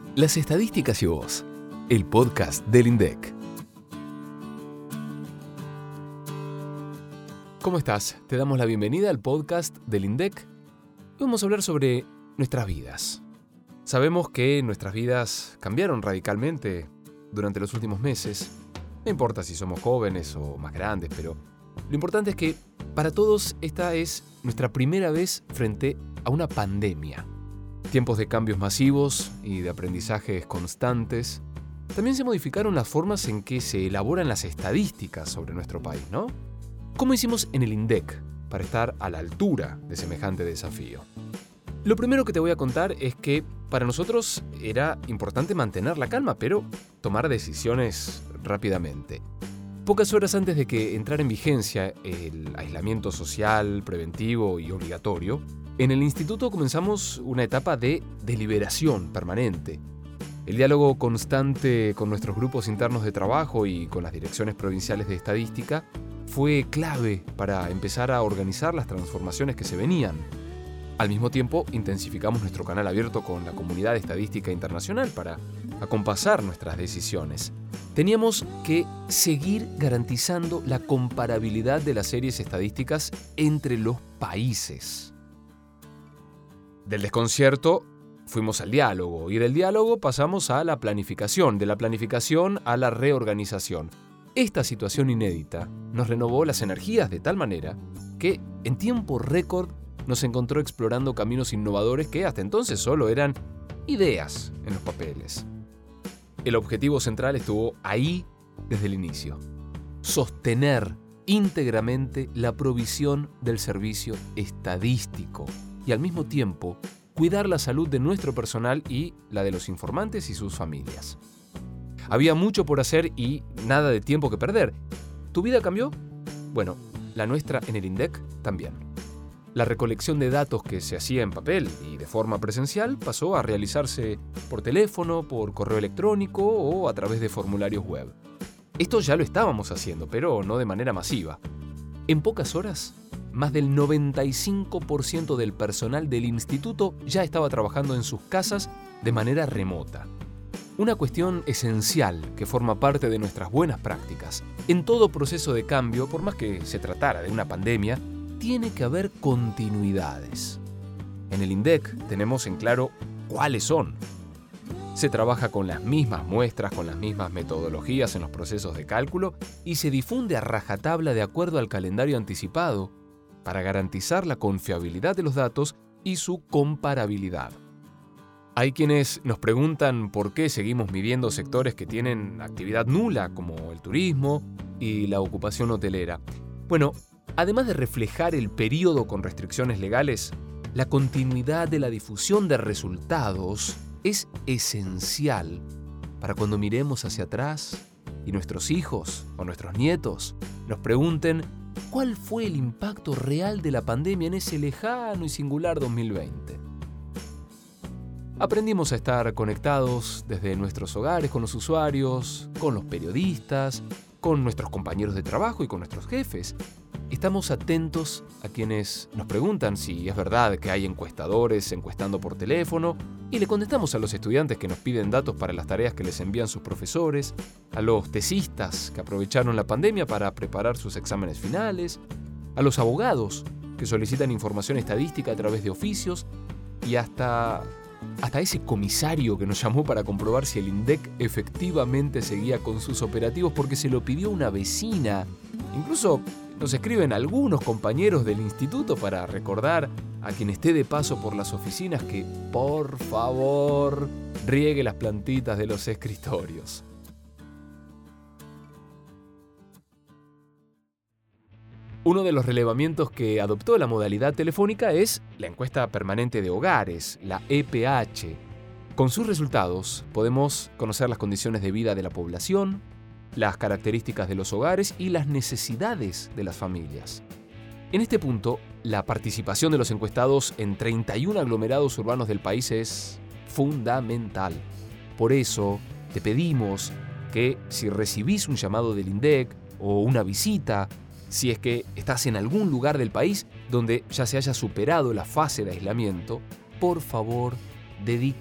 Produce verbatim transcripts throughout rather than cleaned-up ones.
Las estadísticas y vos, el podcast del INDEC. ¿Cómo estás? Te damos la bienvenida al podcast del INDEC. Hoy vamos a hablar sobre nuestras vidas. Sabemos que nuestras vidas cambiaron radicalmente durante los últimos meses. No importa si somos jóvenes o más grandes, pero lo importante es que para todos esta es nuestra primera vez frente a una pandemia. Tiempos de cambios masivos y de aprendizajes constantes. También se modificaron las formas en que se elaboran las estadísticas sobre nuestro país, ¿no? ¿Cómo hicimos en el INDEC para estar a la altura de semejante desafío? Lo primero que te voy a contar es que para nosotros era importante mantener la calma, pero tomar decisiones rápidamente. Pocas horas antes de que entrara en vigencia el aislamiento social, preventivo y obligatorio, en el instituto comenzamos una etapa de deliberación permanente. El diálogo constante con nuestros grupos internos de trabajo y con las direcciones provinciales de estadística fue clave para empezar a organizar las transformaciones que se venían. Al mismo tiempo, intensificamos nuestro canal abierto con la comunidad estadística internacional para acompasar nuestras decisiones. Teníamos que seguir garantizando la comparabilidad de las series estadísticas entre los países. Del desconcierto fuimos al diálogo y del diálogo pasamos a la planificación, de la planificación a la reorganización. Esta situación inédita nos renovó las energías de tal manera que en tiempo récord nos encontró explorando caminos innovadores que hasta entonces solo eran ideas en los papeles. El objetivo central estuvo ahí desde el inicio: sostener íntegramente la provisión del servicio estadístico y al mismo tiempo cuidar la salud de nuestro personal y la de los informantes y sus familias. Había mucho por hacer y nada de tiempo que perder. ¿Tu vida cambió? Bueno, la nuestra en el INDEC también. La recolección de datos que se hacía en papel y de forma presencial pasó a realizarse por teléfono, por correo electrónico o a través de formularios web. Esto ya lo estábamos haciendo, pero no de manera masiva. En pocas horas, más del noventa y cinco por ciento del personal del instituto ya estaba trabajando en sus casas de manera remota. Una cuestión esencial que forma parte de nuestras buenas prácticas. En todo proceso de cambio, por más que se tratara de una pandemia, tiene que haber continuidades. En el INDEC tenemos en claro cuáles son. Se trabaja con las mismas muestras, con las mismas metodologías en los procesos de cálculo y se difunde a rajatabla de acuerdo al calendario anticipado para garantizar la confiabilidad de los datos y su comparabilidad. Hay quienes nos preguntan por qué seguimos midiendo sectores que tienen actividad nula, como el turismo y la ocupación hotelera. Bueno, además de reflejar el periodo con restricciones legales, la continuidad de la difusión de resultados es esencial para cuando miremos hacia atrás y nuestros hijos o nuestros nietos nos pregunten cuál fue el impacto real de la pandemia en ese lejano y singular dos mil veinte. Aprendimos a estar conectados desde nuestros hogares con los usuarios, con los periodistas, con nuestros compañeros de trabajo y con nuestros jefes. Estamos atentos a quienes nos preguntan si es verdad que hay encuestadores encuestando por teléfono y le contestamos a los estudiantes que nos piden datos para las tareas que les envían sus profesores, a los tesistas que aprovecharon la pandemia para preparar sus exámenes finales, a los abogados que solicitan información estadística a través de oficios y hasta, hasta ese comisario que nos llamó para comprobar si el INDEC efectivamente seguía con sus operativos porque se lo pidió una vecina. Incluso nos escriben algunos compañeros del instituto para recordar a quien esté de paso por las oficinas que, por favor, riegue las plantitas de los escritorios. Uno de los relevamientos que adoptó la modalidad telefónica es la encuesta permanente de hogares, la E P H. Con sus resultados podemos conocer las condiciones de vida de la población, las características de los hogares y las necesidades de las familias. En este punto, la participación de los encuestados en treinta y uno aglomerados urbanos del país es fundamental. Por eso, te pedimos que si recibís un llamado del INDEC o una visita, si es que estás en algún lugar del país donde ya se haya superado la fase de aislamiento, por favor, dediques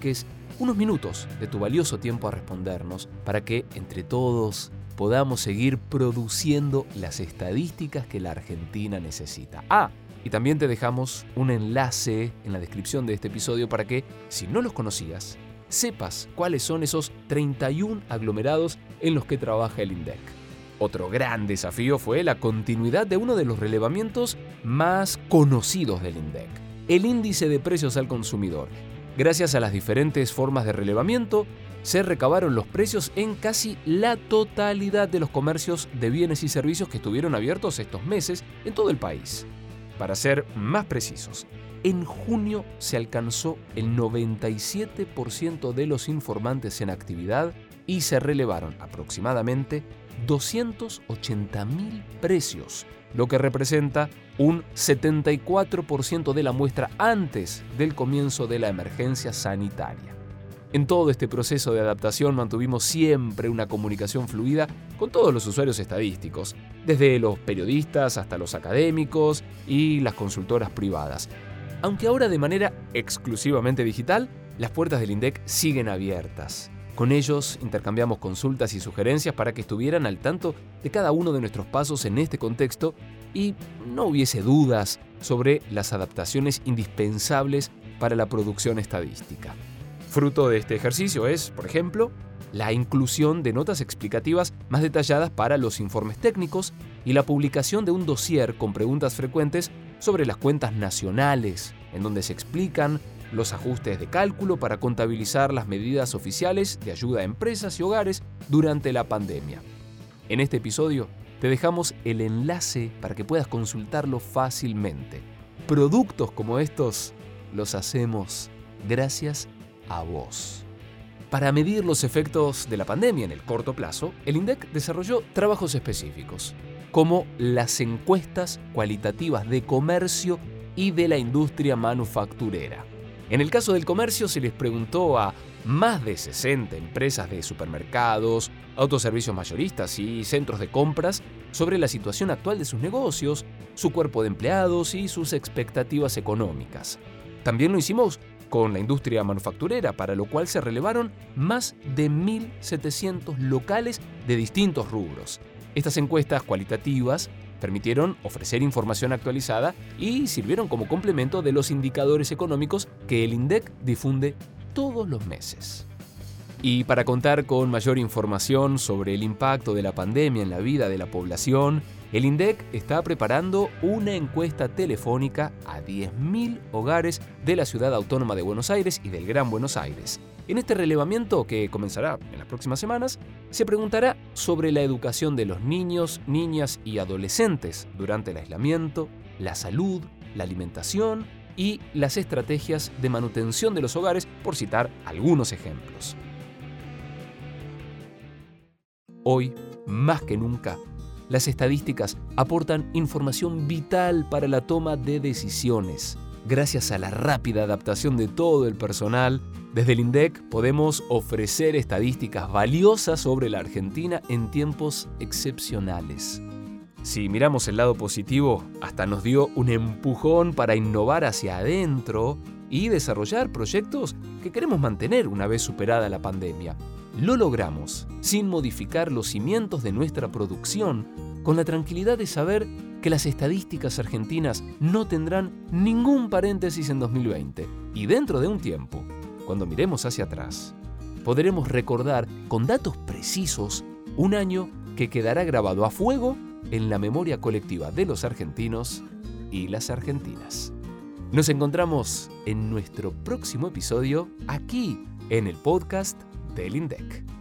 unos minutos de tu valioso tiempo a respondernos para que, entre todos, podamos seguir produciendo las estadísticas que la Argentina necesita. Ah, y también te dejamos un enlace en la descripción de este episodio para que, si no los conocías, sepas cuáles son esos treinta y uno aglomerados en los que trabaja el INDEC. Otro gran desafío fue la continuidad de uno de los relevamientos más conocidos del INDEC, el índice de precios al consumidor. Gracias a las diferentes formas de relevamiento, se recabaron los precios en casi la totalidad de los comercios de bienes y servicios que estuvieron abiertos estos meses en todo el país. Para ser más precisos, en junio se alcanzó el noventa y siete por ciento de los informantes en actividad y se relevaron aproximadamente doscientos ochenta mil precios, lo que representa un setenta y cuatro por ciento de la muestra antes del comienzo de la emergencia sanitaria. En todo este proceso de adaptación mantuvimos siempre una comunicación fluida con todos los usuarios estadísticos, desde los periodistas hasta los académicos y las consultoras privadas. Aunque ahora de manera exclusivamente digital, las puertas del INDEC siguen abiertas. Con ellos intercambiamos consultas y sugerencias para que estuvieran al tanto de cada uno de nuestros pasos en este contexto y no hubiese dudas sobre las adaptaciones indispensables para la producción estadística. Fruto de este ejercicio es, por ejemplo, la inclusión de notas explicativas más detalladas para los informes técnicos y la publicación de un dossier con preguntas frecuentes sobre las cuentas nacionales, en donde se explican los ajustes de cálculo para contabilizar las medidas oficiales de ayuda a empresas y hogares durante la pandemia. En este episodio te dejamos el enlace para que puedas consultarlo fácilmente. Productos como estos los hacemos gracias a vos. Para medir los efectos de la pandemia en el corto plazo, el INDEC desarrolló trabajos específicos, como las encuestas cualitativas de comercio y de la industria manufacturera. En el caso del comercio se les preguntó a más de sesenta empresas de supermercados, autoservicios mayoristas y centros de compras sobre la situación actual de sus negocios, su cuerpo de empleados y sus expectativas económicas. También lo hicimos con la industria manufacturera, para lo cual se relevaron más de mil setecientos locales de distintos rubros. Estas encuestas cualitativas permitieron ofrecer información actualizada y sirvieron como complemento de los indicadores económicos que el INDEC difunde todos los meses. Y para contar con mayor información sobre el impacto de la pandemia en la vida de la población, el INDEC está preparando una encuesta telefónica a diez mil hogares de la Ciudad Autónoma de Buenos Aires y del Gran Buenos Aires. En este relevamiento, que comenzará en las próximas semanas, se preguntará sobre la educación de los niños, niñas y adolescentes durante el aislamiento, la salud, la alimentación y las estrategias de manutención de los hogares, por citar algunos ejemplos. Hoy, más que nunca, las estadísticas aportan información vital para la toma de decisiones. Gracias a la rápida adaptación de todo el personal, desde el INDEC podemos ofrecer estadísticas valiosas sobre la Argentina en tiempos excepcionales. Si miramos el lado positivo, hasta nos dio un empujón para innovar hacia adentro y desarrollar proyectos que queremos mantener una vez superada la pandemia. Lo logramos sin modificar los cimientos de nuestra producción, con la tranquilidad de saber que las estadísticas argentinas no tendrán ningún paréntesis en dos mil veinte. Y dentro de un tiempo, cuando miremos hacia atrás, podremos recordar con datos precisos un año que quedará grabado a fuego en la memoria colectiva de los argentinos y las argentinas. Nos encontramos en nuestro próximo episodio aquí en el podcast del INDEC.